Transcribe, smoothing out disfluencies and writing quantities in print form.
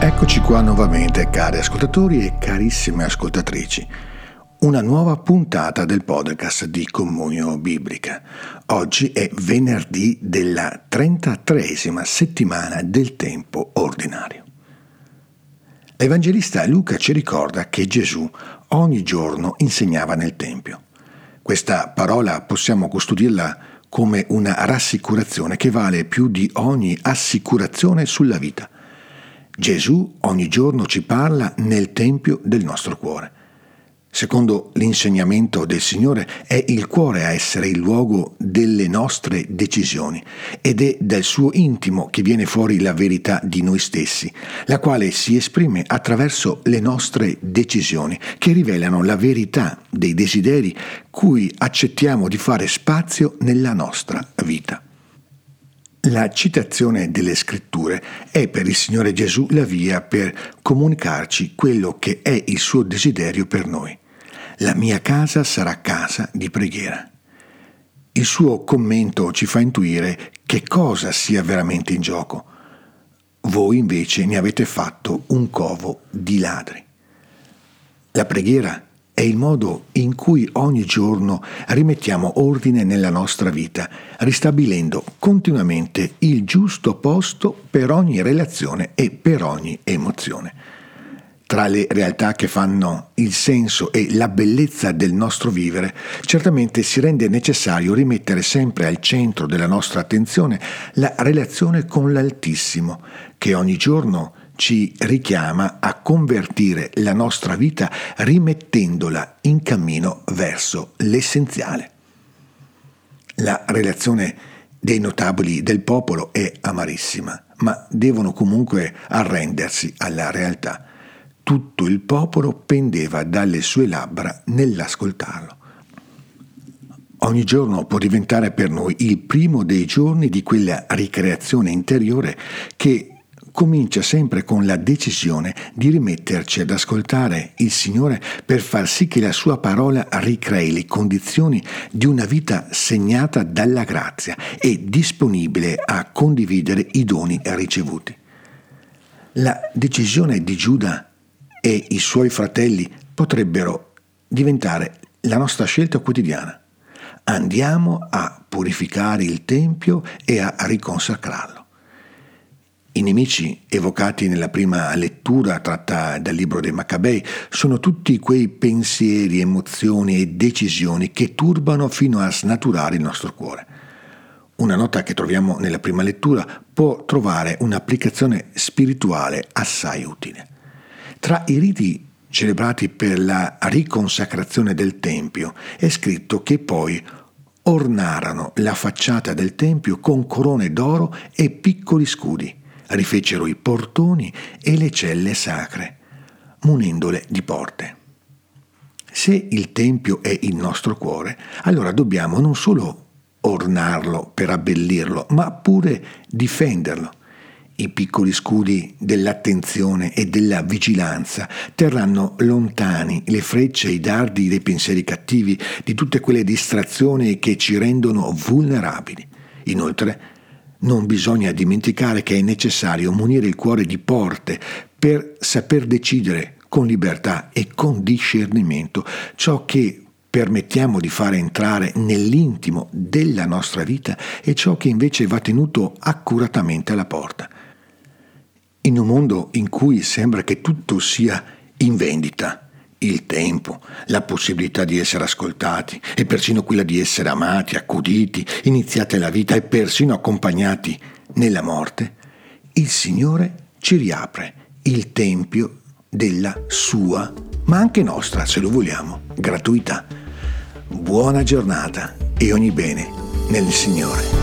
Eccoci qua nuovamente, cari ascoltatori e carissime ascoltatrici. Una nuova puntata del podcast di Comunio Biblica. Oggi è venerdì della 33esima settimana del tempo ordinario. L'Evangelista Luca ci ricorda che Gesù ogni giorno insegnava nel Tempio. Questa parola possiamo custodirla come una rassicurazione che vale più di ogni assicurazione sulla vita. Gesù ogni giorno ci parla nel tempio del nostro cuore. Secondo l'insegnamento del Signore è il cuore a essere il luogo delle nostre decisioni ed è dal suo intimo che viene fuori la verità di noi stessi, la quale si esprime attraverso le nostre decisioni che rivelano la verità dei desideri cui accettiamo di fare spazio nella nostra vita. La citazione delle scritture è per il Signore Gesù la via per comunicarci quello che è il suo desiderio per noi. La mia casa sarà casa di preghiera. Il suo commento ci fa intuire che cosa sia veramente in gioco. Voi invece ne avete fatto un covo di ladri. La preghiera è il modo in cui ogni giorno rimettiamo ordine nella nostra vita, ristabilendo continuamente il giusto posto per ogni relazione e per ogni emozione. Tra le realtà che fanno il senso e la bellezza del nostro vivere, certamente si rende necessario rimettere sempre al centro della nostra attenzione la relazione con l'Altissimo, che ogni giorno ci richiama a convertire la nostra vita rimettendola in cammino verso l'essenziale. La relazione dei notabili del popolo è amarissima, ma devono comunque arrendersi alla realtà. Tutto il popolo pendeva dalle sue labbra nell'ascoltarlo. Ogni giorno può diventare per noi il primo dei giorni di quella ricreazione interiore che comincia sempre con la decisione di rimetterci ad ascoltare il Signore per far sì che la sua parola ricrei le condizioni di una vita segnata dalla grazia e disponibile a condividere i doni ricevuti. La decisione di Giuda e i suoi fratelli potrebbero diventare la nostra scelta quotidiana. Andiamo a purificare il Tempio e a riconsacrarlo. I nemici evocati nella prima lettura tratta dal libro dei Maccabei sono tutti quei pensieri, emozioni e decisioni che turbano fino a snaturare il nostro cuore. Una nota che troviamo nella prima lettura può trovare un'applicazione spirituale assai utile. Tra i riti celebrati per la riconsacrazione del Tempio è scritto che poi ornarono la facciata del Tempio con corone d'oro e piccoli scudi. Rifecero i portoni e le celle sacre, munendole di porte. Se il Tempio è il nostro cuore, allora dobbiamo non solo ornarlo per abbellirlo, ma pure difenderlo. I piccoli scudi dell'attenzione e della vigilanza terranno lontani le frecce e i dardi dei pensieri cattivi, di tutte quelle distrazioni che ci rendono vulnerabili. Inoltre, non bisogna dimenticare che è necessario munire il cuore di porte per saper decidere con libertà e con discernimento ciò che permettiamo di fare entrare nell'intimo della nostra vita e ciò che invece va tenuto accuratamente alla porta. In un mondo in cui sembra che tutto sia in vendita, il tempo, la possibilità di essere ascoltati e persino quella di essere amati, accuditi, iniziati alla vita e persino accompagnati nella morte, il Signore ci riapre il tempio della sua, ma anche nostra, se lo vogliamo, gratuità. Buona giornata e ogni bene nel Signore.